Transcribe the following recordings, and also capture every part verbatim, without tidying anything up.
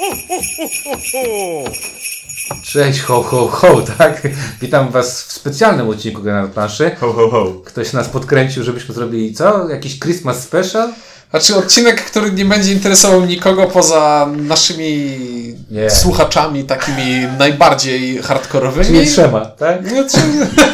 Cześć, ho, ho, ho, tak? Witam was w specjalnym odcinku Gry na planszy. Ho, ho, ho. Ktoś nas podkręcił, żebyśmy zrobili co? Jakiś Christmas special? Znaczy odcinek, który nie będzie interesował nikogo poza naszymi Nie. słuchaczami takimi najbardziej hardkorowymi. Nie trzeba, tak? Nie trzeba.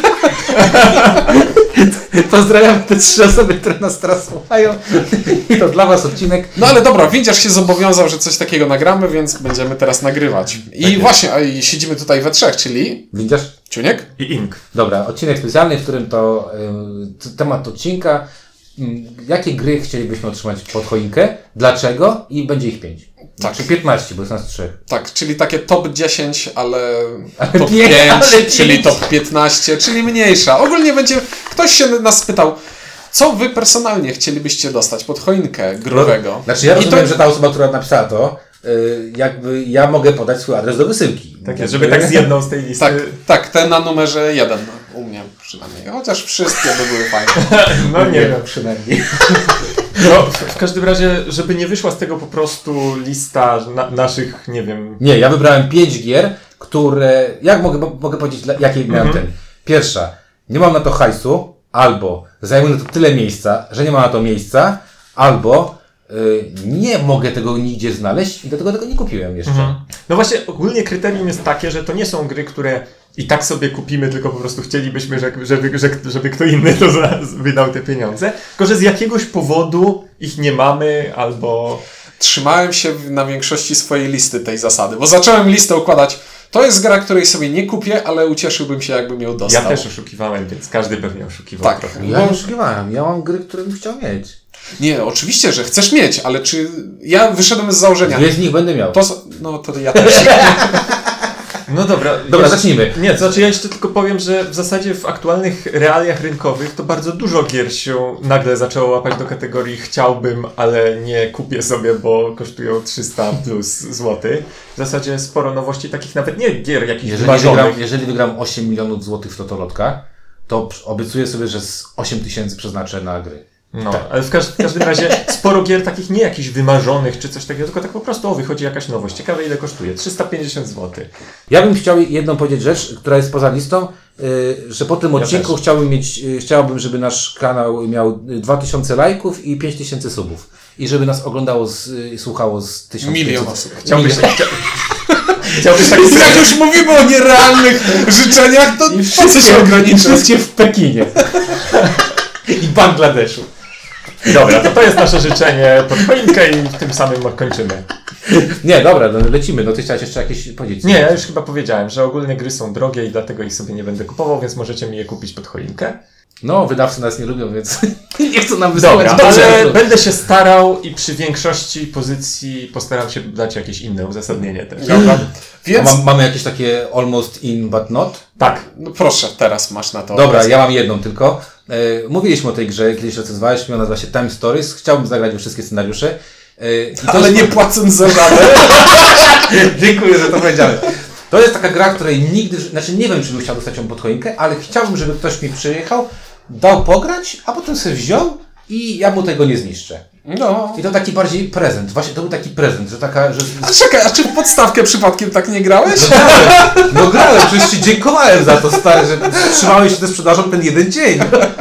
Pozdrawiam te trzy osoby, które nas teraz słuchają. I to dla was odcinek. No ale dobra, Windziarz się zobowiązał, że coś takiego nagramy, więc będziemy teraz nagrywać. I Tak jest. właśnie, a i siedzimy tutaj we trzech, czyli Widzisz? Ciuniek? I ink. Dobra, odcinek specjalny, w którym to y, temat odcinka. y, Jakie gry chcielibyśmy otrzymać pod choinkę? Dlaczego? I będzie ich pięć. Tak. Czy piętnaście, bo jest nas trzech. Tak, czyli takie top dziesięć, ale, Ale top pięć, pięć, ale czyli pięć. top piętnaście, czyli mniejsza. Ogólnie będzie, ktoś się nas spytał, co wy personalnie chcielibyście dostać pod choinkę growego? Znaczy ja I rozumiem, to- że ta osoba, która napisała to, y, jakby ja mogę podać swój adres do wysyłki. Tak jest, żeby tak z jedną z tej listy. Tak, tak, ten na numerze jeden, u mnie przynajmniej. Chociaż wszystkie by były fajne. No nie wiem. przynajmniej. No, w, w każdym razie, żeby nie wyszła z tego po prostu lista na, naszych, nie wiem... Nie, ja wybrałem pięć gier, które... Jak mogę, mogę powiedzieć, dla- jakie miałem Mhm. ten? Pierwsza, nie mam na to hajsu, albo zajmuje to tyle miejsca, że nie mam na to miejsca, albo y, nie mogę tego nigdzie znaleźć i dlatego tego nie kupiłem jeszcze. Mhm. No właśnie, ogólnie kryterium jest takie, że to nie są gry, które i tak sobie kupimy, tylko po prostu chcielibyśmy, żeby, żeby, żeby kto inny to za, wydał te pieniądze, tylko że z jakiegoś powodu ich nie mamy, albo... Trzymałem się na większości swojej listy tej zasady, bo zacząłem listę układać. To jest gra, której sobie nie kupię, ale ucieszyłbym się, jakbym ją dostał. Ja też oszukiwałem, więc każdy pewnie oszukiwał Tak. trochę. Ja nie oszukiwałem, ja mam gry, które bym chciał mieć. Nie, oczywiście, że chcesz mieć, ale czy... Ja wyszedłem z założenia. Dwie z nich będę miał. To, s- no to ja też. No dobra. Dobra, jeszcze- zacznijmy. Nie, to znaczy ja jeszcze tylko powiem, że w zasadzie w aktualnych realiach rynkowych to bardzo dużo gier się nagle zaczęło łapać do kategorii chciałbym, ale nie kupię sobie, bo kosztują trzysta plus złotych. W zasadzie sporo nowości takich, nawet nie gier jakichś Jeżeli wymarzonych. wygram, jeżeli wygram osiem milionów złotych w totolotka, to przy- obiecuję sobie, że z osiem tysięcy przeznaczę na gry. No, Tak. ale w, każ- w każdym razie sporo gier takich nie jakichś wymarzonych czy coś takiego, tylko tak po prostu o, wychodzi jakaś nowość. Ciekawe ile kosztuje. trzysta pięćdziesiąt złotych. Ja bym chciał jedną powiedzieć rzecz, która jest poza listą, yy, że po tym Ja odcinku też. chciałbym mieć, yy, chciałbym, żeby nasz kanał miał dwa tysiące lajków i pięć tysięcy subów. I żeby nas oglądało i yy, słuchało z tysiąc Milion osób. Chciałbyś, Milion. chcia... Chciałbyś tak Jak już mówimy o nierealnych życzeniach, to I po co się ograniczać? wszystkie w Pekinie. I Bangladeszu. Dobra, to to jest nasze życzenie pod choinkę i tym samym kończymy. Nie, dobra, no lecimy. No ty chciałeś jeszcze jakieś powiedzieć. Nie, ja już chyba powiedziałem, że ogólnie gry są drogie i dlatego ich sobie nie będę kupował, więc możecie mi je kupić pod choinkę. No, wydawcy nas nie lubią, więc nie chcą nam wysyłać. Dobra, ale Dobrze. będę się starał i przy większości pozycji postaram się dać jakieś inne uzasadnienie też. Dobra. A Więc, mam, mamy jakieś takie almost in but not? Tak. no proszę, teraz masz na to. Dobra, okazję. ja mam jedną tylko. E, mówiliśmy o tej grze, kiedyś recenzowałeś, miała nazywa się Time Stories. Chciałbym zagrać we wszystkie scenariusze. E, i to Ale jest... nie płacąc za żaden. Dziękuję, że to powiedziałem. To jest taka gra, której nigdy, znaczy nie wiem, czy bym chciał dostać ją pod choinkę, ale chciałbym, żeby ktoś mi przyjechał, dał pograć, a potem sobie wziął i ja mu tego nie zniszczę. No. I to taki bardziej prezent. Właśnie to był taki prezent, że taka, że... A czekaj, a czy w podstawkę przypadkiem tak nie grałeś? No grałem, przecież ci dziękowałem za to, stary, że trzymałeś się ze sprzedażą ten jeden dzień.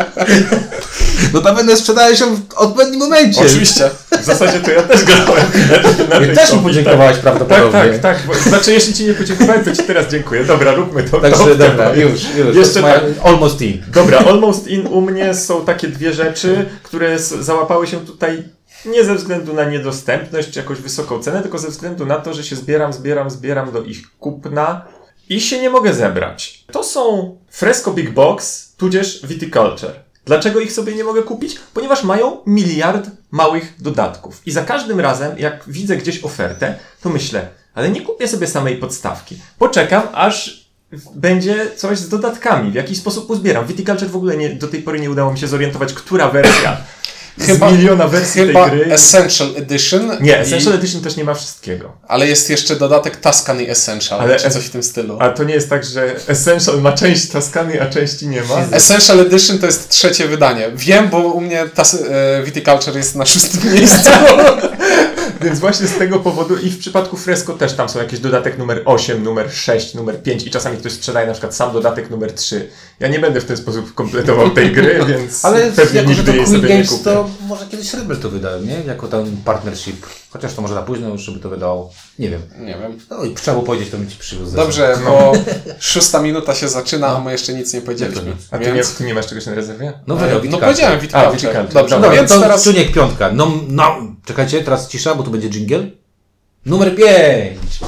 No tam będę sprzedałeś ją w odpowiednim momencie. Oczywiście. W zasadzie to ja też grałem. Na tej I też mi kopii, podziękowałeś tak. prawdopodobnie. Tak, tak, tak. Bo, znaczy, jeśli ci nie podziękowałem, to ci teraz dziękuję. Dobra, róbmy to. Także to, dobra, to- już, już. Jeszcze Jeszcze tak. almost in. Dobra, Almost In u mnie są takie dwie rzeczy, które s- załapały się tutaj nie ze względu na niedostępność czy jakąś wysoką cenę, tylko ze względu na to, że się zbieram, zbieram, zbieram do ich kupna i się nie mogę zebrać. To są Fresco Big Box, tudzież Viticulture. Dlaczego ich sobie nie mogę kupić? Ponieważ mają miliard małych dodatków. I za każdym razem, jak widzę gdzieś ofertę, to myślę, ale nie kupię sobie samej podstawki. Poczekam, aż będzie coś z dodatkami, w jakiś sposób uzbieram. Viticulture w ogóle nie, do tej pory nie udało mi się zorientować, która wersja Chyba- z miliona wersji Chyba tej gry. Essential Edition. Nie, Essential i... Edition też nie ma wszystkiego. Ale jest jeszcze dodatek Tuscany Essential, Ale czy es- coś w tym stylu. A to nie jest tak, że Essential ma część Tuscany, a części nie ma? Essential Edition to jest trzecie wydanie. Wiem, bo u mnie tas- e, Viticulture jest na szóstym miejscu. Więc właśnie z tego powodu i w przypadku Fresco też tam są jakieś dodatek numer osiem, numer sześć, numer pięć i czasami ktoś sprzedaje na przykład sam dodatek numer trzy. Ja nie będę w ten sposób kompletował tej gry, więc Ale pewnie jako, że to nigdy jej Quill sobie nie Games, kupię. to może kiedyś Rebel to wydają, nie? Jako ten partnership. Chociaż to może za późno już, żeby to wydało. Nie wiem. Nie wiem. No i trzeba było powiedzieć, to mi ci przywiózł. Dobrze, bo szósta minuta się zaczyna, a my jeszcze nic nie powiedzieliśmy. A ty, Więc... nie, ty nie masz czegoś na rezerwie? No, E, wydał No Witkarty. powiedziałem A, Witkarty. Witkarty. Dobrze, Dobra, no więc to teraz... Czuniek piątka. No, no, czekajcie, teraz cisza, bo tu będzie dżingiel. Numer pięć.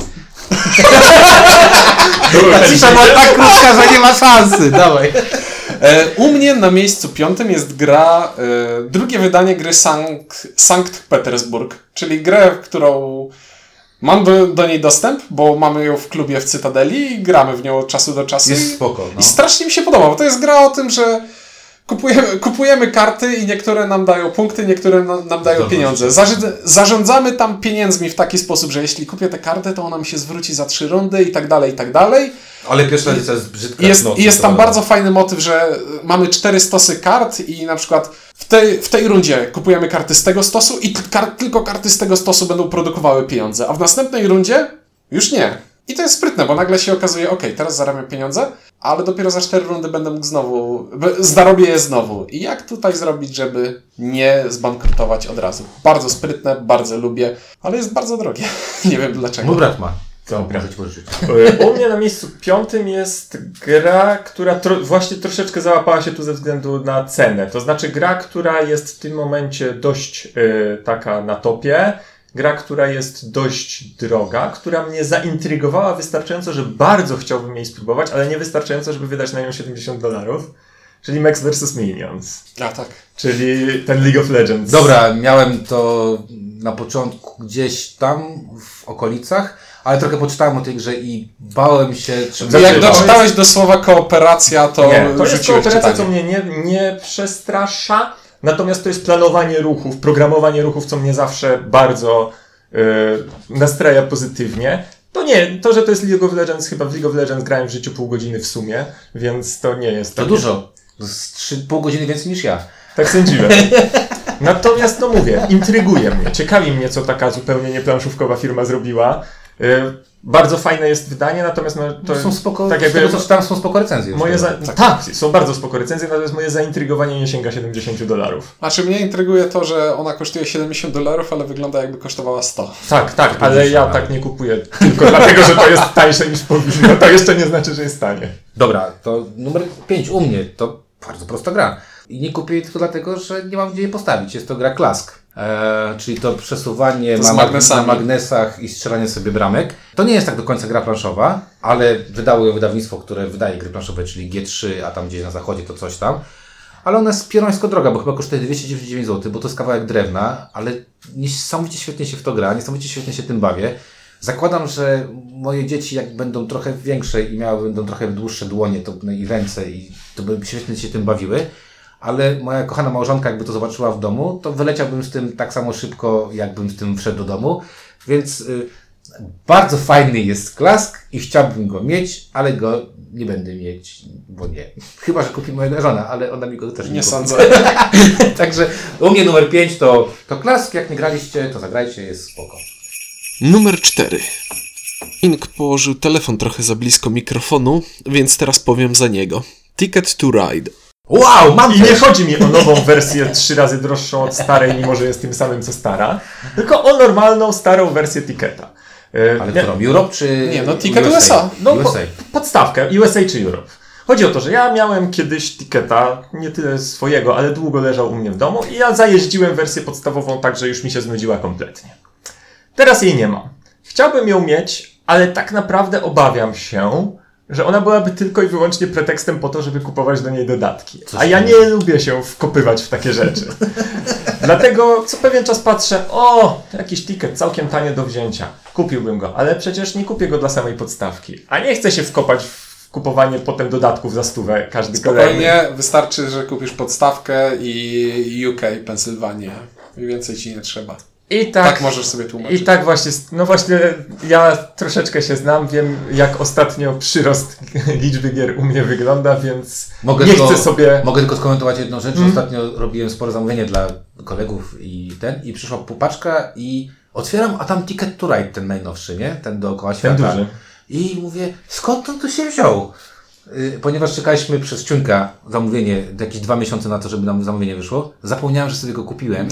Ta cisza była tak krótka, że nie ma szansy. Dawaj. E, u mnie na miejscu piątym jest gra, e, drugie wydanie gry Sankt, Sankt Petersburg, czyli grę, którą mam do, do niej dostęp, bo mamy ją w klubie w Cytadeli i gramy w nią od czasu do czasu. Jest i, spoko. No. I strasznie mi się podoba, bo to jest gra o tym, że kupujemy, kupujemy karty i niektóre nam dają punkty, niektóre nam, nam dają Zdolności. pieniądze. Zarzy, zarządzamy tam pieniędzmi w taki sposób, że jeśli kupię tę kartę, to ona mi się zwróci za trzy rundy i tak dalej, i tak dalej. Ale pierwsza edycja jest brzydka. I jest, no, i jest to tam wiadomo. bardzo fajny motyw, że mamy cztery stosy kart i na przykład w tej, w tej rundzie kupujemy karty z tego stosu i t- kar- tylko karty z tego stosu będą produkowały pieniądze, a w następnej rundzie już nie. I to jest sprytne, bo nagle się okazuje, ok, teraz zarabiam pieniądze, ale dopiero za cztery rundy będę mógł znowu, b- zarobię je znowu. I jak tutaj zrobić, żeby nie zbankrutować od razu? Bardzo sprytne, bardzo lubię, ale jest bardzo drogie. Nie wiem dlaczego. Mój brat ma. Dobra. Może ci pożyczyć. U mnie na miejscu piątym jest gra, która tro- właśnie troszeczkę załapała się tu ze względu na cenę. To znaczy gra, która jest w tym momencie dość y, taka na topie. Gra, która jest dość droga, która mnie zaintrygowała wystarczająco, że bardzo chciałbym jej spróbować, ale nie wystarczająco, żeby wydać na nią siedemdziesiąt dolarów. Czyli Max versus. Minions. A tak. Czyli ten League of Legends. Dobra, miałem to na początku gdzieś tam w okolicach, ale trochę poczytałem o tej grze i bałem się, czy... Jak Znaczy, doczytałeś do słowa kooperacja, to Nie, to jest rzuciłeś kooperacja, czytanie. co mnie nie, nie przestrasza, natomiast to jest planowanie ruchów, programowanie ruchów, co mnie zawsze bardzo yy, nastraja pozytywnie. To nie, to, że to jest League of Legends, chyba w League of Legends grałem w życiu pół godziny w sumie, więc to nie jest To takie- dużo. To jest trzy i pół godziny więcej niż ja. Tak sądziłem. Natomiast, no mówię, intryguje mnie, ciekawi mnie, co taka zupełnie nieplanszówkowa firma zrobiła. Yy, bardzo fajne jest wydanie, natomiast no, to To są spoko, tak tak jakby- jakby, z tego co czytałem, są spoko recenzje. moje już za... tego. tak, są bardzo spoko recenzje, natomiast moje zaintrygowanie nie sięga siedemdziesiąt dolarów. Znaczy mnie intryguje to, że ona kosztuje siedemdziesiąt dolarów, ale wygląda jakby kosztowała sto. Tak, tak, To ale widzisz, ja no. tak nie kupuję tylko dlatego, że to jest tańsze niż powinno. To jeszcze nie znaczy, że jest tanie. Dobra, to numer pięć u mnie to bardzo prosta gra. I nie kupię jej tylko dlatego, że nie mam gdzie jej postawić. Jest to gra Klask. Eee, czyli to przesuwanie To z na, mag- magnesami. na magnesach i strzelanie sobie bramek. To nie jest tak do końca gra planszowa, ale wydało ją wydawnictwo, które wydaje gry planszowe, czyli G trzy, a tam gdzieś na zachodzie to coś tam. Ale ona jest pierońsko droga, bo chyba kosztuje dwieście dziewięćdziesiąt dziewięć złotych, bo to jest kawałek drewna, ale niesamowicie świetnie się w to gra, niesamowicie świetnie się tym bawię. Zakładam, że moje dzieci jak będą trochę większe i miały będą trochę dłuższe dłonie to, no i ręce i to by świetnie się tym bawiły, ale moja kochana małżonka jakby to zobaczyła w domu, to wyleciałbym z tym tak samo szybko, jakbym z tym wszedł do domu, więc y, bardzo fajny jest Klask i chciałbym go mieć, ale go nie będę mieć, bo nie. Chyba że kupi moja żona, ale ona mi go też nie, Nie kupi. sądzę. Także u mnie numer pięć to, to Klask, jak nie graliście, to zagrajcie, jest spoko. Numer cztery. Ink położył telefon trochę za blisko mikrofonu, więc teraz powiem za niego. Ticket to Ride. Wow, mam I nie też. chodzi mi o nową wersję trzy razy droższą od starej, mimo że jest tym samym co stara, tylko o normalną, starą wersję Ticketa. E, Ale nie- którą? Europe czy Nie, no Ticket U S A. No, U S A. po, podstawkę, U S A czy Europe. Chodzi o to, że ja miałem kiedyś Ticketa, nie tyle swojego, ale długo leżał u mnie w domu i ja zajeździłem wersję podstawową tak, że już mi się znudziła kompletnie. Teraz jej nie mam. Chciałbym ją mieć, ale tak naprawdę obawiam się, że ona byłaby tylko i wyłącznie pretekstem po to, żeby kupować do niej dodatki. A ja nie lubię się wkopywać w takie rzeczy. Dlatego co pewien czas patrzę, o, jakiś ticket całkiem tanie do wzięcia. Kupiłbym go, ale przecież nie kupię go dla samej podstawki. A nie chcę się wkopać w kupowanie potem dodatków za stówę każdy kolejny. Spokojnie, wystarczy, że kupisz podstawkę i U K, Pensylwanię. I więcej ci nie trzeba. I tak, Tak możesz sobie tłumaczyć. I tak właśnie, no właśnie ja troszeczkę się znam, wiem jak ostatnio przyrost liczby gier u mnie wygląda, więc Mogę nie tylko, chcę sobie... Mogę tylko skomentować jedną rzecz. Mm. Ostatnio robiłem spore zamówienie dla kolegów i ten, i przyszła paczka i Otwieram, a tam Ticket to Ride, ten najnowszy, nie? Ten dookoła świata. Ten duży. I mówię, skąd on tu się wziął? Yy, ponieważ czekaliśmy przez Ciuńka zamówienie, jakieś dwa miesiące na to, żeby nam zamówienie wyszło, zapomniałem, że sobie go kupiłem.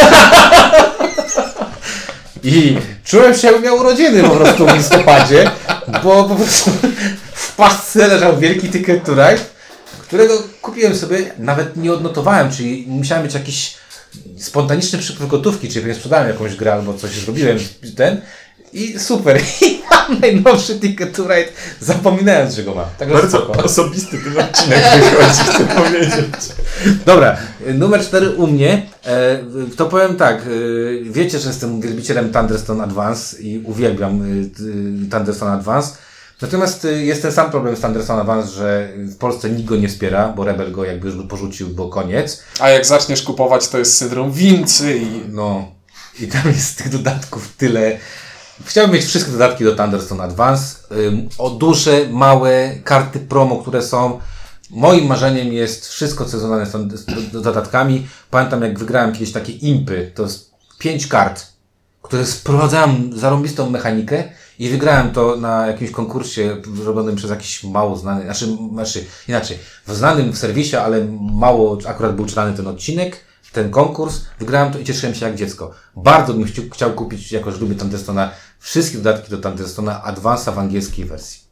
I czułem się, jakbym miał urodziny po prostu w listopadzie, bo po prostu w pasce leżał wielki Ticket to Ride, którego kupiłem sobie, nawet nie odnotowałem, czyli musiałem mieć jakiś spontaniczny przypływ gotówki, czyli pewnie sprzedałem jakąś grę albo coś zrobiłem, ten i super. I mam najnowszy Ticket to Ride, zapominając, że go mam. Tak Bardzo spoko. osobisty ten odcinek wychodzi, chcę powiedzieć. Dobra, numer cztery u mnie, e, to powiem tak, e, wiecie, że jestem wielbicielem Thunderstone Advance i uwielbiam e, Thunderstone Advance, natomiast e, jest ten sam problem z Thunderstone Advance, że w Polsce nikt go nie wspiera, bo Rebel go jakby już porzucił, bo koniec. A jak zaczniesz kupować, to jest syndrom wincy i... No, i tam jest tych dodatków tyle. Chciałbym mieć wszystkie dodatki do Thunderstone Advance, ym, o duże, małe karty promo, które są. Moim marzeniem jest wszystko, co związane z, z, z dodatkami. Pamiętam, jak wygrałem kiedyś takie impy, to jest pięć kart, które sprowadzają zarąbistą mechanikę i wygrałem to na jakimś konkursie robionym przez jakiś mało znany, znaczy, znaczy inaczej, w znanym w serwisie, ale mało akurat był czytany ten odcinek, ten konkurs, wygrałem to i cieszyłem się jak dziecko. Bardzo bym chciał, chciał kupić, jako że lubię Thunderstone'a, wszystkie dodatki do Thunderstone'a Advance'a w angielskiej wersji.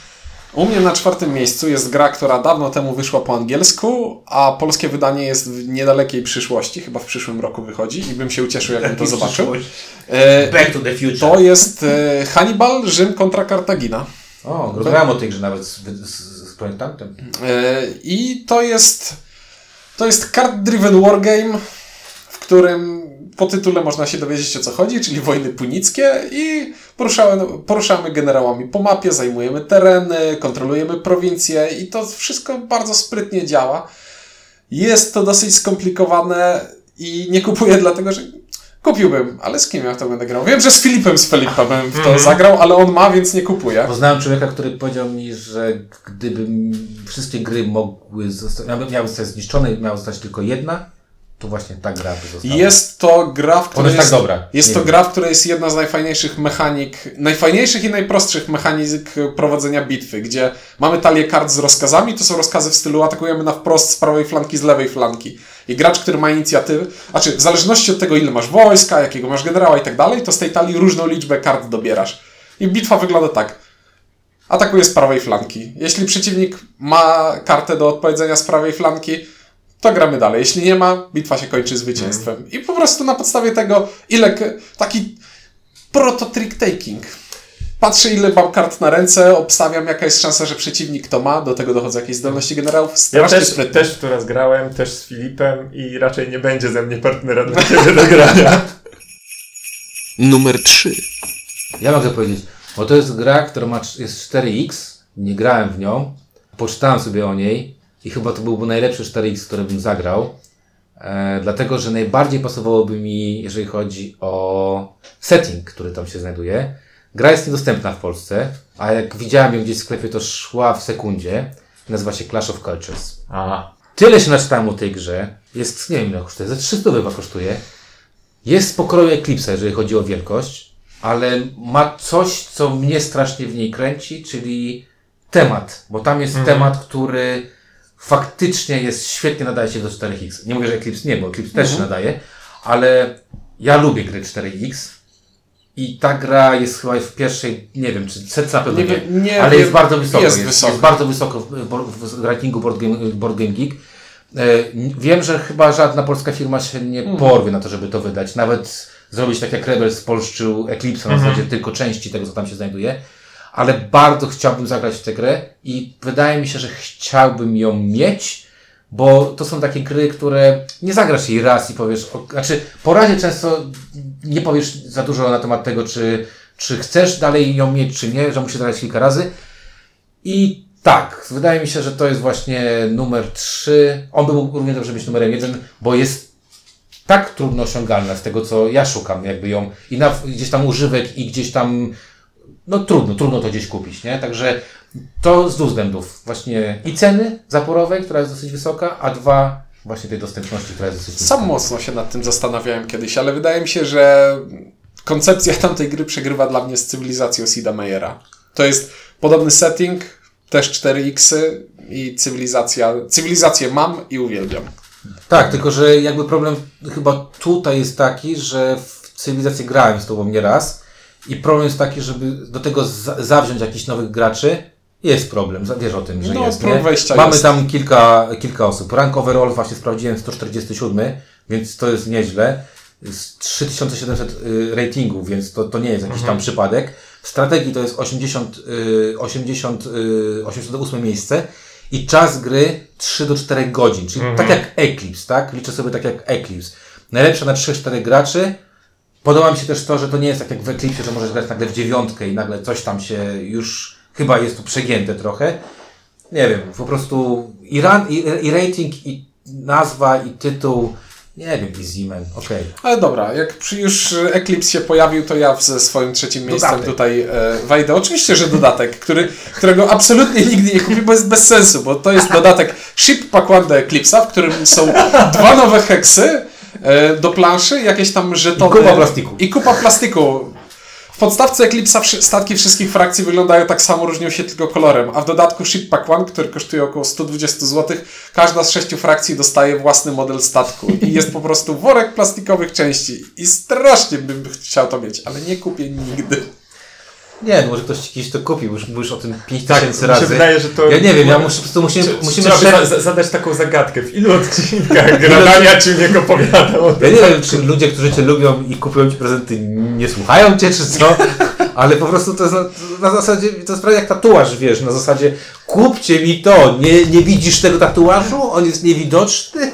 U mnie na czwartym miejscu jest gra, która dawno temu wyszła po angielsku, a polskie wydanie jest w niedalekiej przyszłości, chyba w przyszłym roku wychodzi i bym się ucieszył, jakbym to zobaczył. E, Back to the Future. to jest e, Hannibal, Rzym kontra Kartagina. O, rozmawiałem o tej grze nawet z, z, z projektantem. E, I to jest to jest card-driven wargame, w którym po tytule można się dowiedzieć, o co chodzi, czyli wojny punickie i poruszamy, poruszamy generałami po mapie, zajmujemy tereny, kontrolujemy prowincje i to wszystko bardzo sprytnie działa. Jest to dosyć skomplikowane i nie kupuję dlatego, że kupiłbym, ale z kim ja w to będę grał? Wiem, że z Filipem z Felipem bym w to mm-hmm. zagrał, ale on ma, więc nie kupuję. Poznałem człowieka, który powiedział mi, że gdyby wszystkie gry mogły zostać, miały zostać zniszczone i miała zostać tylko jedna, to właśnie ta gra by została. Jest to gra, w której jest, jest, tak dobra. jest to gra, w której jest jedna z najfajniejszych mechanik, najfajniejszych i najprostszych mechanik prowadzenia bitwy, gdzie mamy talię kart z rozkazami, to są rozkazy w stylu atakujemy na wprost z prawej flanki, z lewej flanki. I gracz, który ma inicjatywę, znaczy w zależności od tego, ile masz wojska, jakiego masz generała i tak dalej, to z tej talii różną liczbę kart dobierasz. I bitwa wygląda tak. Atakuje z prawej flanki. Jeśli przeciwnik ma kartę do odpowiedzenia z prawej flanki, to gramy dalej. Jeśli nie ma, bitwa się kończy zwycięstwem. Mm. I po prostu na podstawie tego, ile k- taki proto-trick-taking. Patrzę, ile mam kart na ręce, obstawiam, jaka jest szansa, że przeciwnik to ma, do tego dochodzą jakieś zdolności generałów. Strasznie Ja też, sprytnie. też w to raz grałem, też z Filipem i raczej nie będzie ze mnie partnera dla ciebie do grania. Numer trzy. Ja mogę powiedzieć, bo to jest gra, która ma, jest cztery X, nie grałem w nią, poczytałem sobie o niej i chyba to byłby najlepszy cztery X, który bym zagrał, e, dlatego, że najbardziej pasowałoby mi, jeżeli chodzi o setting, który tam się znajduje. Gra jest niedostępna w Polsce, a jak widziałem ją gdzieś w sklepie, to szła w sekundzie. Nazywa się Clash of Cultures. Aha. Tyle się naczytałem o tej grze. Jest, nie wiem ile kosztuje, ze trzysta chyba kosztuje. Jest z pokroju Eclipse'a, jeżeli chodzi o wielkość, ale ma coś, co mnie strasznie w niej kręci, czyli temat. Bo tam jest Mhm. temat, który faktycznie jest świetnie nadaje się do cztery X. Nie mówię, że Eclipse nie, bo Eclipse też się nadaje, ale ja lubię gry cztery X. I ta gra jest chyba w pierwszej, nie wiem, czy setce na pewno Nie nie, wiem, nie ale wiem, jest bardzo wysoko. jest Jest, wysoko. jest bardzo wysoko w, w, w rankingu Board Game, Board Game Geek. E, wiem, że chyba żadna polska firma się nie Mhm. porwie na to, żeby to wydać. Nawet zrobić tak jak Rebel spolszczył Eclipse, na Mhm. zasadzie tylko części tego, co tam się znajduje. Ale bardzo chciałbym zagrać w tę grę i wydaje mi się, że chciałbym ją mieć, bo to są takie gry, które nie zagrasz jej raz i powiesz, o, znaczy po razie często nie powiesz za dużo na temat tego, czy, czy chcesz dalej ją mieć, czy nie, że musisz zagrać kilka razy. I tak, wydaje mi się, że to jest właśnie numer trzy. On by mógł równie dobrze być numerem jeden, bo jest tak trudno osiągalna z tego, co ja szukam, jakby ją i na, gdzieś tam używek i gdzieś tam, no trudno, trudno to gdzieś kupić, nie? Także to z dwóch względów. Właśnie i ceny zaporowej, która jest dosyć wysoka, a dwa, właśnie tej dostępności, która jest dosyć Sam niska. mocno się nad tym zastanawiałem kiedyś, ale wydaje mi się, że koncepcja tamtej gry przegrywa dla mnie z cywilizacją Sida Meiera. To jest podobny setting, też cztery iksy i cywilizacja. Cywilizację mam i uwielbiam. Tak, tylko że jakby problem chyba tutaj jest taki, że w cywilizację grałem z tobą nieraz i problem jest taki, żeby do tego za- zawziąć jakichś nowych graczy. Jest problem, wiesz o tym, że No, jest, prób nie? wejścia Mamy jest. tam kilka, kilka osób. Rank overall właśnie sprawdziłem sto czterdziesty siedem, więc to jest nieźle. Z trzy tysiące siedemset y, ratingów, więc to, to nie jest jakiś Mhm. tam przypadek. W strategii to jest osiemdziesiąt, y, osiemdziesiąt, y, osiemdziesiąte ósme miejsce i czas gry trzy do czterech godzin, czyli Mhm. tak jak Eclipse, tak? Liczę sobie tak jak Eclipse. Najlepsza na trzy cztery graczy. Podoba mi się też to, że to nie jest tak jak w Eclipse, że możesz grać nagle w dziewiątkę i nagle coś tam się już chyba jest tu przegięte trochę. Nie wiem, po prostu i, ran, i, i rating, i nazwa, i tytuł. Nie wiem, Easy Man, okej. Ale dobra, jak przy już Eclipse się pojawił, to ja ze swoim trzecim miejscem Dodatek. tutaj e, wejdę. Oczywiście, że dodatek, który, którego absolutnie nigdy nie kupię, bo jest bez sensu, bo to jest dodatek Ship Pack One do Eclipse'a, w którym są dwa nowe heksy e, do planszy, jakieś tam żetony. I kupa plastiku. I kupa plastiku. W podstawce Eclipse'a wszy- statki wszystkich frakcji wyglądają tak samo, różnią się tylko kolorem, a w dodatku Ship Pack One, który kosztuje około sto dwadzieścia złotych, każda z sześciu frakcji dostaje własny model statku i jest po prostu worek plastikowych części i strasznie bym chciał to mieć, ale nie kupię nigdy. Nie, no może ktoś ci kiedyś to kupił, już mówisz o tym pięć Tak, tysięcy mi się razy. wydaje, że to... Ja nie wiem, ja muszę, po prostu musimy, Czy- musimy Trzeba szef- by za- zadać taką zagadkę. W ilu odcinkach Gradania ci nie opowiadał? Ja nie wiem, czy ludzie, którzy cię lubią i kupują ci prezenty, nie słuchają cię, czy co, ale po prostu to jest na, na zasadzie, to jest prawie jak tatuaż, wiesz, na zasadzie kupcie mi to, nie, nie widzisz tego tatuażu? On jest niewidoczny?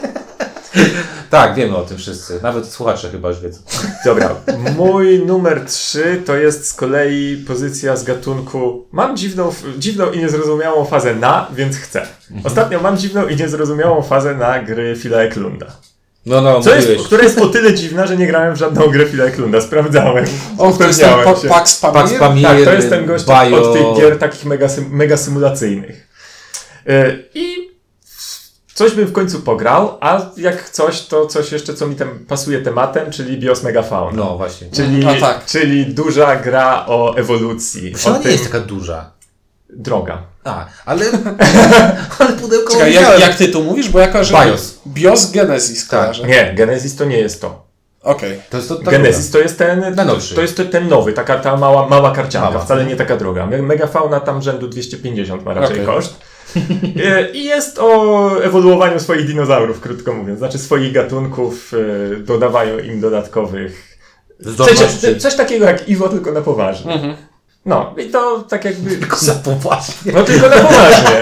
Tak, wiemy o tym wszyscy, nawet słuchacze chyba już wiedzą. Dobra, mój numer trzy to jest z kolei pozycja z gatunku mam dziwną, dziwną i niezrozumiałą fazę na, więc chcę. Ostatnio mam dziwną i niezrozumiałą fazę na gry Phila Eklunda. No, no, Co mówiłeś. jest, która jest o tyle dziwna, że nie grałem w żadną grę Phila Eklunda. Sprawdzałem. O, to jest ten Upewniałem pa- się. Pax Pamir? Pax Pamir, Tak, to jest ten gość Bio... od tych gier takich mega, sym, mega symulacyjnych. Yy, I coś bym w końcu pograł, a jak coś, to coś jeszcze, co mi tam pasuje tematem, czyli Bios Megafauna. No właśnie. Czyli, A tak. czyli duża gra o ewolucji. Przecież ona o nie tym... jest taka duża. Droga. A, ale... ale pudełko Czekaj, jak, widziałem. jak ty tu mówisz? Bo ja kojarzę... BIOS. BIOS Genesis kojarzę. Nie, Genesis to nie jest to. Okej. To jest to, ta Genesis to jest ten, Najnowszy. to jest ten nowy, taka ta mała, mała karcianka, Mała. wcale nie taka droga. Me- Megafauna tam rzędu dwieście pięćdziesiąt ma raczej Okej. koszt. E, I jest o ewoluowaniu swoich dinozaurów, krótko mówiąc. Znaczy swoich gatunków, e, dodawają im dodatkowych... Zdolności. Coś, coś takiego jak Iwo, tylko na poważnie. Mhm. No, i to tak jakby... Tylko za poważnie. No tylko na poważnie.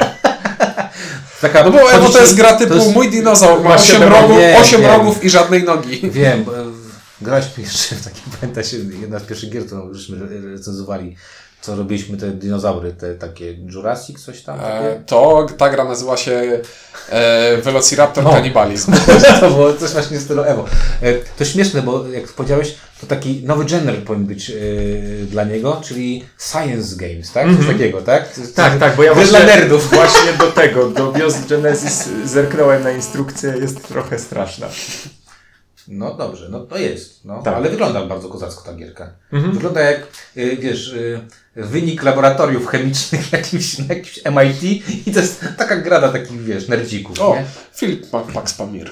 Taka, No bo Evo chodzi to ci- jest gra typu to jest- mój dinozaur, ma ma osiem siedem rogów, nie, osiem nie. rogów i żadnej nogi. Wiem, bo, e, graliśmy jeszcze w takie, pamięta się, jedna z pierwszych gier, którą żeśmy recenzowali, co robiliśmy te dinozaury, te takie Jurassic, coś tam takie. E, to ta gra nazywa się e, Velociraptor No. Cannibalism. To było coś właśnie z stylu Evo. E, to śmieszne, bo jak powiedziałeś, to taki nowy genre powinien być e, dla niego, czyli science games, tak? Coś takiego, tak? Tak, tak, bo ja Gry właśnie, dla nerdów. właśnie do tego, do Bios Genesis zerknąłem na instrukcję, jest trochę straszna. No dobrze, no to jest, no, Tak. ale wygląda bardzo kozacko ta gierka. Mhm. Wygląda jak, y, wiesz, y, wynik laboratoriów chemicznych jakimś, na jakimś M I T i to jest taka gra dla takich, wiesz, nerdzików, O, nie? Filip Pax Pamir.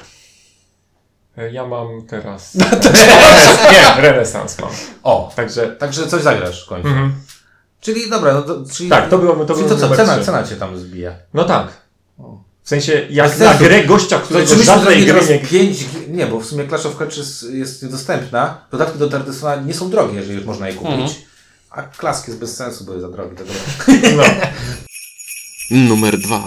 Ja mam teraz... Nie, renesans mam. O, Także... także coś zagrasz w końcu. Mhm. Czyli dobra, no to, czyli, Tak, to było- to czyli było to co, numer cena, trzy. cena cię tam zbija. No tak. O. W sensie, jak Bez na sensu. grę gościa, To którego czy myśmy żadnej zrobili gry teraz nie... pięć, gi- nie, bo w sumie Clash of Clans jest niedostępna, dodatki do Tardysona nie są drogie, jeżeli już można je kupić, Mhm. a Klask jest bez sensu, bo jest za drogi. Tego... No. Numer dwa.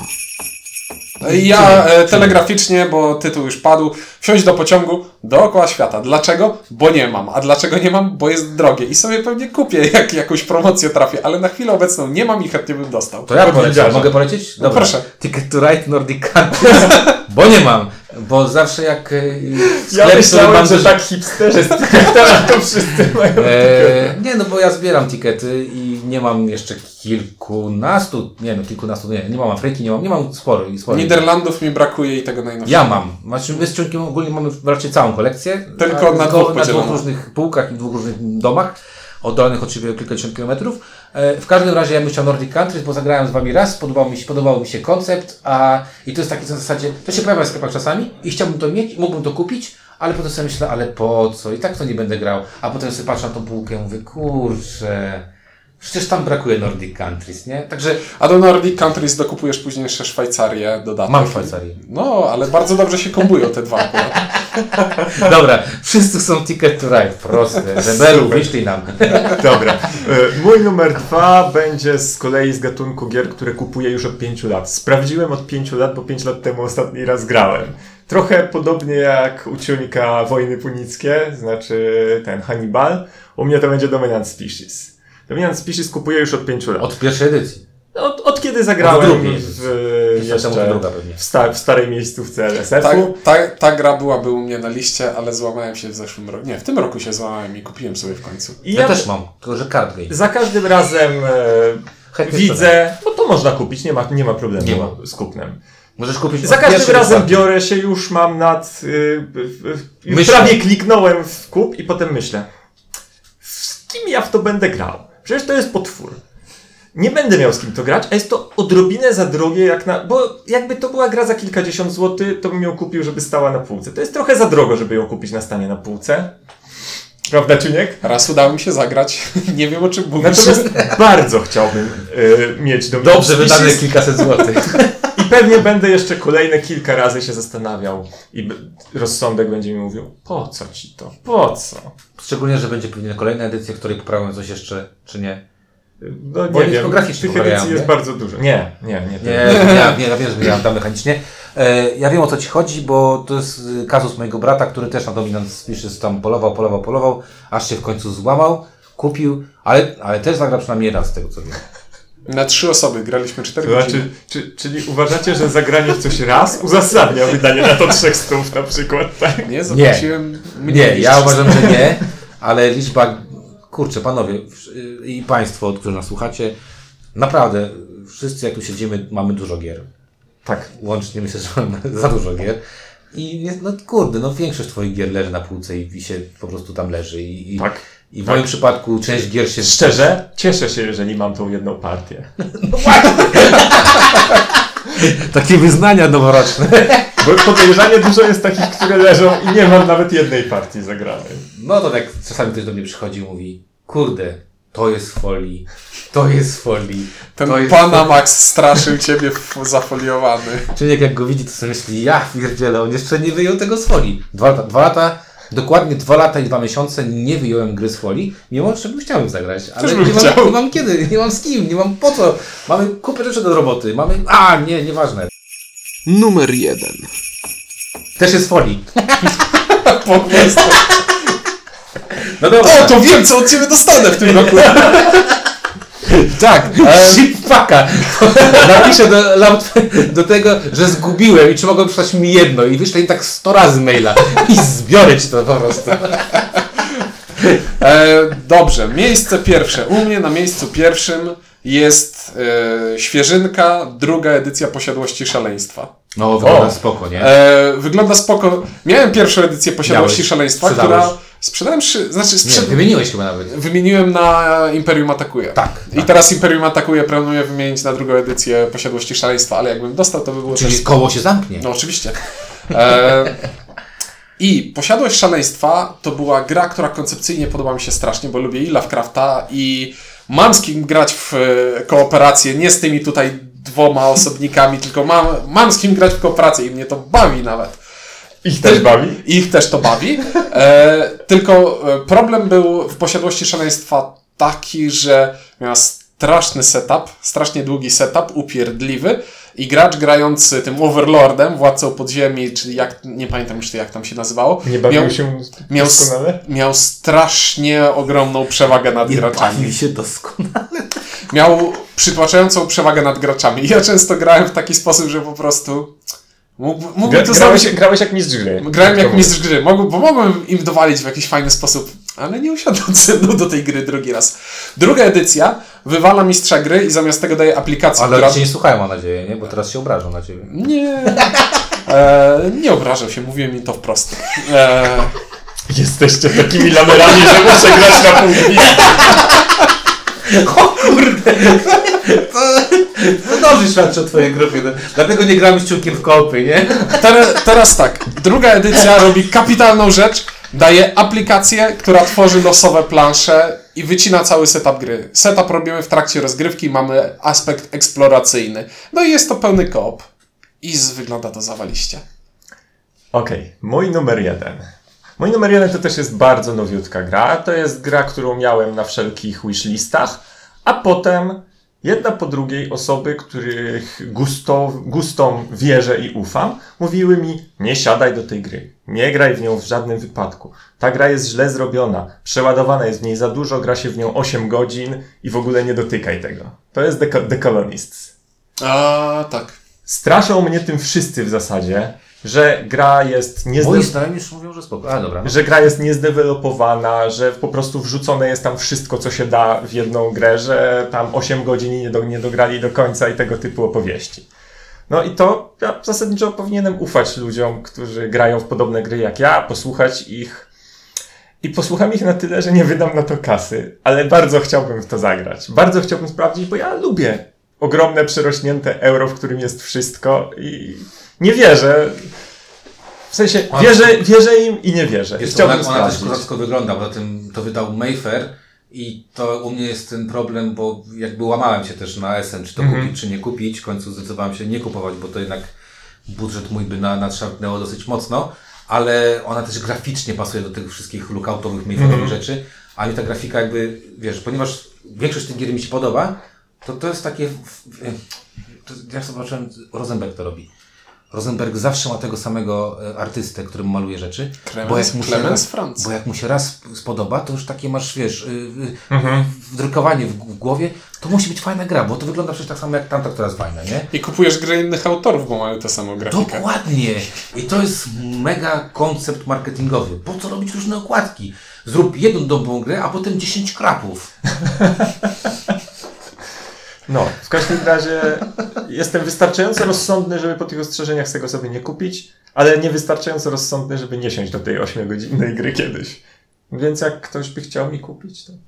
Ja e, telegraficznie, bo tytuł już padł, wsiąść do pociągu dookoła świata. Dlaczego? Bo nie mam. A dlaczego nie mam? Bo jest drogie. I sobie pewnie kupię, jak jakąś promocję trafię, ale na chwilę obecną nie mam i chętnie bym dostał. To ja Od polecię. lidziarza. Mogę polecieć? No proszę. Ticket to Ride Nordic Countries. Bo nie mam. Bo zawsze jak e, Ja sklep, myślałem, mam że do- tak hipsterzy z tiketami to wszyscy mają E, nie, no bo ja zbieram tikety i nie mam jeszcze kilkunastu, nie no kilkunastu, nie, nie mam Afryki, nie mam, nie mam sporo i sporo. Niderlandów mi brakuje i tego najnowszego. Ja mam. Znaczy my z członkiem ogólnie mamy raczej całą kolekcję. Tylko a na tylko dwóch na dwóch podzielono. różnych półkach i dwóch różnych domach. Oddalonych od siebie o kilkadziesiąt kilometrów. E, W każdym razie ja bym chciał Nordic Countries, bo zagrałem z wami raz, podobał mi się, podobał mi się koncept, a i to jest taki w zasadzie, to się pojawia w sklepach czasami i chciałbym to mieć, mógłbym to kupić, ale potem sobie myślę, ale po co? I tak to nie będę grał. A potem sobie patrzę na tą półkę i mówię, kurczę, przecież tam brakuje Nordic Countries, nie? Także A do Nordic Countries dokupujesz później jeszcze Szwajcarię, dodatek. mam Szwajcarię. No, ale bardzo dobrze się kombują te dwa akurat. Dobra, wszyscy są Ticket to Ride, proste. Rebelu, wyślij nam. Dobra. E, Mój numer dwa będzie z kolei z gatunku gier, które kupuję już od pięciu lat. Sprawdziłem od pięciu lat, bo pięć lat temu ostatni raz grałem. Trochę podobnie jak u Cionika Wojny Punickie, znaczy ten Hannibal. U mnie to będzie Dominant Species. Dominant Species kupuję już od pięciu lat. Od pierwszej edycji. Od, od kiedy zagrałem Od drugiej. w, Jeszcze jeszcze temu to druga pewnie. w, sta, w starej miejscówce L S Ta, F-u. ta, ta gra byłaby u mnie na liście, ale złamałem się w zeszłym roku. Nie, w tym roku się złamałem i kupiłem sobie w końcu. I Ja, też mam, tylko że card game. Za każdym razem e, Chętnie widzę, no to można kupić, nie ma, nie ma problemu Nie ma. z kupnem. Możesz kupić Za od każdym pierwszej razem do biorę się, już mam nad... Y, y, y, już Myślę. prawie kliknąłem w kup i potem myślę, z kim ja w to będę grał? Przecież to jest potwór. Nie będę miał z kim to grać, a jest to odrobinę za drogie, jak na... Bo jakby to była gra za kilkadziesiąt złotych, to bym ją kupił, żeby stała na półce. To jest trochę za drogo, żeby ją kupić na stanie na półce. Prawda, Ciuniek? Raz udało mi się zagrać. Nie wiem, o czym mówisz. Natomiast bardzo chciałbym y, mieć do Dobrze wydane kilkaset złotych. I pewnie będę jeszcze kolejne kilka razy się zastanawiał i b- rozsądek będzie mi mówił, po co ci to, po co? Szczególnie, że będzie pewnie kolejna edycja, w której poprawią coś jeszcze, czy nie. No Bo nie oni wiem, tylko graficznie tych poprawiają, edycji jest nie? bardzo dużo. Nie, nie, nie. Nie, ja, nie, ja wiem, że ja dam mechanicznie. E, ja wiem, o co ci chodzi, bo to jest y, kazus mojego brata, który też na Dominant Species tam polował, polował, polował, aż się w końcu złamał, kupił, ale, ale też zagrał przynajmniej raz z tego, co wiem. Na trzy osoby graliśmy cztery To godziny. znaczy, czy, czyli uważacie, że zagranie w coś raz uzasadnia wydanie na to trzech stów na przykład, tak? Nie, zapłaciłem mniej Nie, niż ja trzysta. uważam, że nie, ale liczba, kurczę, panowie y, i państwo, którzy nas słuchacie, naprawdę, wszyscy jak tu siedzimy, mamy dużo gier. Tak. Łącznie myślę, że mamy za dużo gier. I nie- no kurde, no większość twoich gier leży na półce i, i się po prostu tam leży. I, i, Tak. i w moim przypadku część gier się... Szczerze, cieszę się, jeżeli mam tą jedną partię. Takie wyznania noworoczne. Bo podejrzanie dużo jest takich, które leżą i nie mam nawet jednej partii zagranej. No to tak czasami ktoś do mnie przychodzi i mówi, kurde, to jest folii, to jest folii, Ten to jest Panamax straszył ciebie w- zafoliowany. Czyli jak go widzi, to sobie myśli, ja pierdzielę, on jeszcze nie wyjął tego z folii. Dwa lata, dwa lata, dokładnie dwa lata i dwa miesiące nie wyjąłem gry z folii, mimo że bym chciał zagrać, ale Też bym nie mam, chciał. nie mam kiedy, nie mam z kim, nie mam po co. Mamy kupę rzeczy do roboty, mamy, a nie, nieważne. Numer jeden. Też jest z folii. Po prostu. No dobra. O, to wiem, co od ciebie dostanę w tym roku. Tak, shitfucka. Napiszę do, do tego, że zgubiłem i czy mogą przysłać mi jedno i wyślę im tak sto razy maila i zbiorę ci to po prostu. E, dobrze, miejsce pierwsze. U mnie na miejscu pierwszym jest e, świeżynka, druga edycja Posiadłości Szaleństwa. No, wygląda O. spoko, nie? E, wygląda spoko. Miałem pierwszą edycję Posiadłości Miałeś. Szaleństwa, Sprzedałeś. która... Sprzedałem trzy... Znaczy, Nie, sprzed... wymieniłeś chyba nawet. Wymieniłem na Imperium Atakuje. Tak, I tak. teraz Imperium Atakuje planuję wymienić na drugą edycję Posiadłości Szaleństwa, ale jakbym dostał, to by było Czyli też... koło się zamknie. No oczywiście. E, I Posiadłość Szaleństwa to była gra, która koncepcyjnie podoba mi się strasznie, bo lubię i Lovecrafta i mam z kim grać w e, kooperację, nie z tymi tutaj dwoma osobnikami, tylko mam, mam z kim grać w kooperację i mnie to bawi nawet. Ich też bawi? Ich też to bawi. E, tylko e, problem był w Posiadłości Szaleństwa taki, że miała straszny setup, strasznie długi setup, upierdliwy i gracz grający tym Overlordem, Władcą Podziemi, czyli jak, nie pamiętam już jak tam się nazywało, Nie bawił miał, się miał, doskonale? miał strasznie ogromną przewagę nad Nie graczami. bawi się doskonale. Miał przytłaczającą przewagę nad graczami. Ja często grałem w taki sposób, że po prostu Mógł, mógłby Gra, to grałeś, zrobić... grałeś jak mistrz gry. Grałem jak mistrz gry, Mógł, bo mogłem im dowalić w jakiś fajny sposób, ale nie usiadłem ze mną do tej gry drugi raz. Druga edycja wywala mistrza gry i zamiast tego daje aplikację, Ale która... oni cię nie słuchają, mam nadzieję, nie? Bo teraz się obrażą na ciebie. Nie, e, nie obrażał się, mówiłem im to wprost. E, Jesteście takimi lamerami, że muszę grać na pół gry. O kurde! To, to dobrze świadczy o twojej grupie. No. Dlatego nie gramy z ciukiem w kopy, nie? teraz, teraz tak, druga edycja robi kapitalną rzecz, daje aplikację, która tworzy losowe plansze i wycina cały setup gry. Setup robimy w trakcie rozgrywki, mamy aspekt eksploracyjny. No i jest to pełny koop. I z, wygląda to zawaliście. Okej, okay. Mój numer jeden. Mój numer jeden to też jest bardzo nowiutka gra. To jest gra, którą miałem na wszelkich wishlistach, a potem jedna po drugiej osoby, których gusto, gustom wierzę i ufam, mówiły mi: nie siadaj do tej gry, nie graj w nią w żadnym wypadku. Ta gra jest źle zrobiona, przeładowana jest w niej za dużo, gra się w nią osiem godzin i w ogóle nie dotykaj tego. To jest The, The Colonists. A tak. Straszą mnie tym wszyscy w zasadzie, że gra jest Moi niezde... znajomi już mówią, że spoko. A dobra. No. że gra jest niezdevelopowana, że po prostu wrzucone jest tam wszystko, co się da w jedną grę, że tam osiem godzin nie, do, nie dograli do końca i tego typu opowieści. No i to ja zasadniczo powinienem ufać ludziom, którzy grają w podobne gry jak ja, posłuchać ich i posłucham ich na tyle, że nie wydam na to kasy, ale bardzo chciałbym w to zagrać. Bardzo chciałbym sprawdzić, bo ja lubię ogromne, przerośnięte euro, w którym jest wszystko i nie wierzę. W sensie, wierzę, wierzę im i nie wierzę. Jest I chciałbym ona, ona sprawdzić. też kozacko wygląda, bo tym to wydał Mayfair i to u mnie jest ten problem, bo jakby łamałem się też na S N, czy to Mhm. kupić, czy nie kupić. W końcu zdecydowałem się nie kupować, bo to jednak budżet mój by na, nadszarpnęło dosyć mocno, ale ona też graficznie pasuje do tych wszystkich lookoutowych Mayfairowych Mhm. rzeczy, a mi ta grafika jakby, wiesz, ponieważ większość tych gier mi się podoba, to to jest takie, to, ja zobaczyłem, Rosenberg to robi. Rosenberg zawsze ma tego samego e, artystę, którym maluje rzeczy. Clemens- bo, jak mu się Clemens raz, Franz. bo jak mu się raz spodoba, to już takie masz, wiesz, y, y, Mhm. wdrukowanie w, w głowie, to musi być fajna gra, bo to wygląda przecież tak samo jak tamta, która jest fajna, nie? I kupujesz gry innych autorów, bo mają tę samą grafikę. Dokładnie! I to jest mega koncept marketingowy. Po co robić różne okładki? Zrób jedną dobrą grę, a potem dziesięć krapów. No, w każdym razie jestem wystarczająco rozsądny, żeby po tych ostrzeżeniach tego sobie nie kupić, ale niewystarczająco rozsądny, żeby nie siąść do tej ośmiogodzinnej gry kiedyś. Więc jak ktoś by chciał mi kupić, to...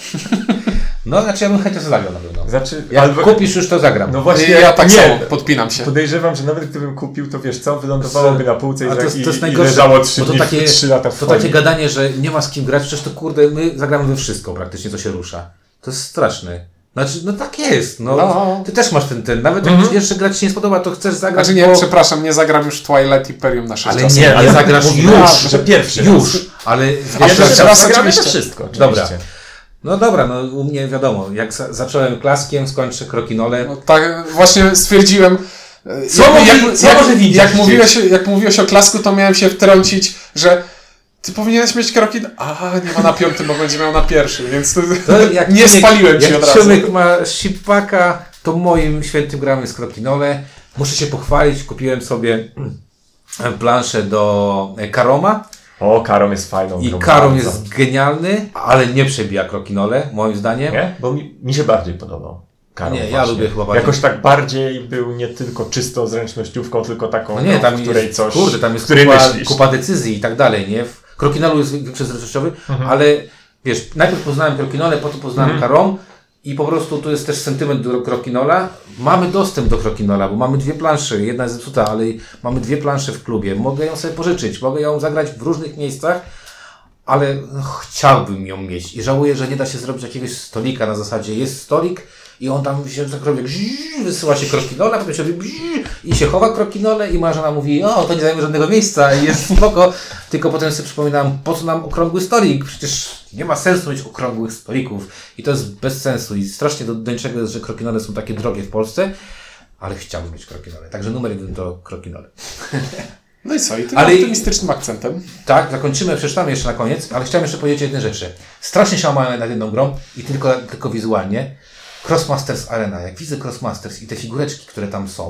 No, znaczy ja bym chętnie to zagrał na pewno. Znaczy, Jak albo... kupisz już, to zagram. No właśnie, Ja tak nie. samo, podpinam się. Podejrzewam, że nawet gdybym kupił, to wiesz co, wylądowałoby na półce i, Ale to jest, i, to jest i najgorsze, leżało trzy bo to dni, takie, trzy lata w to folii. takie gadanie, że nie ma z kim grać, przecież to kurde, my zagramy we wszystko praktycznie, co się rusza. To jest straszne. Znaczy, no tak jest, no. No. Ty też masz ten, ten. Nawet jak Mhm. wiesz, że gra ci się nie spodoba, to chcesz zagrać, Znaczy nie, bo... przepraszam, nie zagram już Twilight Imperium na sześć Ale czasów. nie, ale zagrasz mówię, już, że pierwszy już, raz. ale... A Pierwszy pierwszy raz raz zagramy oczywiście. to wszystko, oczywiście. Dobra. No dobra, no u mnie wiadomo, jak za zacząłem klaskiem, skończę krokinole. No, tak, właśnie stwierdziłem. e, Co może- co może widzieć jak, gdzieś? mówiłeś, jak mówiłeś o klasku, to miałem się wtrącić, że ty powinieneś mieć kroki. A, nie ma na piątym, bo będzie miał na pierwszym, więc to, To jak nie Ciumek- spaliłem się jak od razu. Ciumek ma shippacka, to moim świętym gramy jest krokinole. Muszę się pochwalić, kupiłem sobie planszę do Karoma. O, Karom jest fajną I grą, Karom bardzo. jest genialny, ale nie przebija krokinole, moim zdaniem. Nie? Bo mi, mi się bardziej podobał. Karom Nie, ja właśnie. lubię chyba bardziej. Jakoś tak bardziej był nie tylko czystą zręcznościówką, tylko taką, No nie, grą, tam w której jest, coś, kurde, tam jest w której kupa, myślisz. kupa decyzji i tak dalej, nie? W krokinolu jest większy zręcznościowy, Mhm. ale wiesz, najpierw poznałem krokinole, potem poznałem Mhm. Karom i po prostu tu jest też sentyment do krokinola. Mamy dostęp do krokinola, bo mamy dwie plansze, jedna jest zepsuta, ale mamy dwie plansze w klubie. Mogę ją sobie pożyczyć, mogę ją zagrać w różnych miejscach, ale no, chciałbym ją mieć i żałuję, że nie da się zrobić jakiegoś stolika na zasadzie jest stolik i on tam się tak robi, gzz, wysyła się krokinola, potem się robi gzz, i się chowa krokinole i moja żona mówi, o to nie zajmie żadnego miejsca i jest spoko, tylko potem sobie przypominam, po co nam okrągły stolik, przecież nie ma sensu mieć okrągłych stolików i to jest bez sensu i strasznie do, do niczego jest, że krokinole są takie drogie w Polsce, ale chciałbym mieć krokinole, także numer jeden to krokinole. No i co? I tym Ale- optymistycznym akcentem. Tak, zakończymy, przeczytamy jeszcze na koniec, ale chciałem jeszcze powiedzieć o jednej rzeczy. Strasznie się łamałem nad jedną grą i tylko, tylko wizualnie. Crossmasters Arena. Jak widzę Crossmasters i te figureczki, które tam są,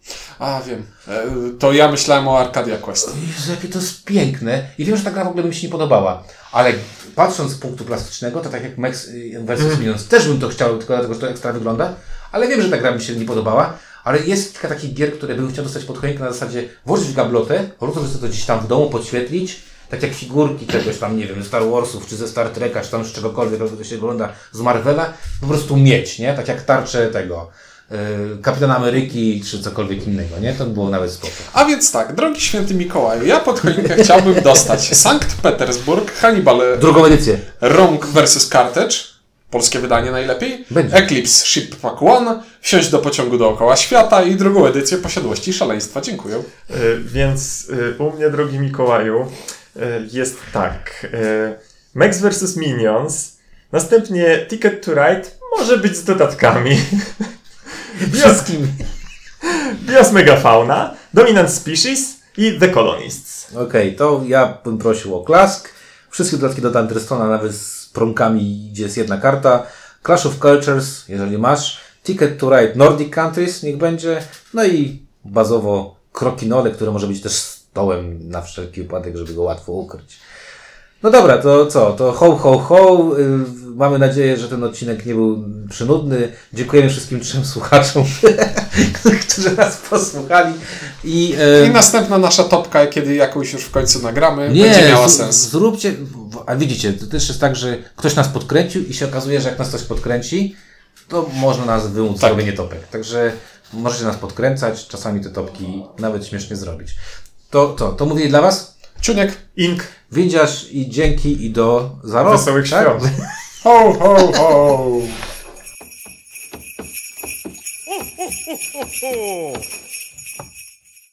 A, wiem. E, To ja myślałem o Arcadia Quest. Jezu, jakie to jest piękne. I wiem, że ta gra w ogóle by mi się nie podobała. Ale patrząc z punktu plastycznego, to tak jak Max versus. Mm. Minions, też bym to chciał, tylko dlatego, że to ekstra wygląda. Ale wiem, że ta gra mi się nie podobała. Ale jest kilka takich gier, które bym chciał dostać pod choinkę na zasadzie włożyć w gablotę, rozłożyć to gdzieś tam w domu, podświetlić. Tak jak figurki czegoś tam, nie wiem, ze Star Warsów, czy ze Star Treka, czy tam z czegokolwiek, to się ogląda z Marvela. Po prostu mieć, nie? Tak jak tarcze tego... Kapitana Ameryki, czy cokolwiek innego, nie? To by było nawet spoko. A więc tak, drogi święty Mikołaju, ja pod choinkę chciałbym dostać Sankt Petersburg, Hannibal Drugą edycję. Rong versus. Carthage, polskie wydanie najlepiej, Będzie. Eclipse Ship Pack One, wsiąść do pociągu dookoła świata i drugą edycję Posiadłości i Szaleństwa. Dziękuję. Y, Więc y, u mnie, drogi Mikołaju, y, jest tak. y, Max versus. Minions, następnie Ticket to Ride, może być z dodatkami. Wszystkim. Bios Megafauna, Dominant Species i The Colonists. Okej, okay, to ja bym prosił o klask. Wszystkie dodatki do Thunderstone'a, nawet z promkami, gdzie jest jedna karta. Clash of Cultures, jeżeli masz. Ticket to Ride Nordic Countries, niech będzie. No i bazowo Krokinole, które może być też stołem na wszelki wypadek, żeby go łatwo ukryć. No dobra, to co? To ho, ho, ho. Yy, mamy nadzieję, że ten odcinek nie był przynudny. Dziękujemy wszystkim trzem słuchaczom, którzy nas posłuchali. I, yy, I następna nasza topka, kiedy jakąś już w końcu nagramy, nie, będzie miała z, sens. Zróbcie, a widzicie, to też jest tak, że ktoś nas podkręcił i się okazuje, że jak nas ktoś podkręci, to można nas wymóc Tak. zrobienie topek. Także możecie nas podkręcać, czasami te topki nawet śmiesznie zrobić. To co? To mówię dla was? Czuniek. Ink. Windziarz i dzięki i do za rok. Wesołych tak? świąt. Ho, ho, ho. ho, ho, ho, ho.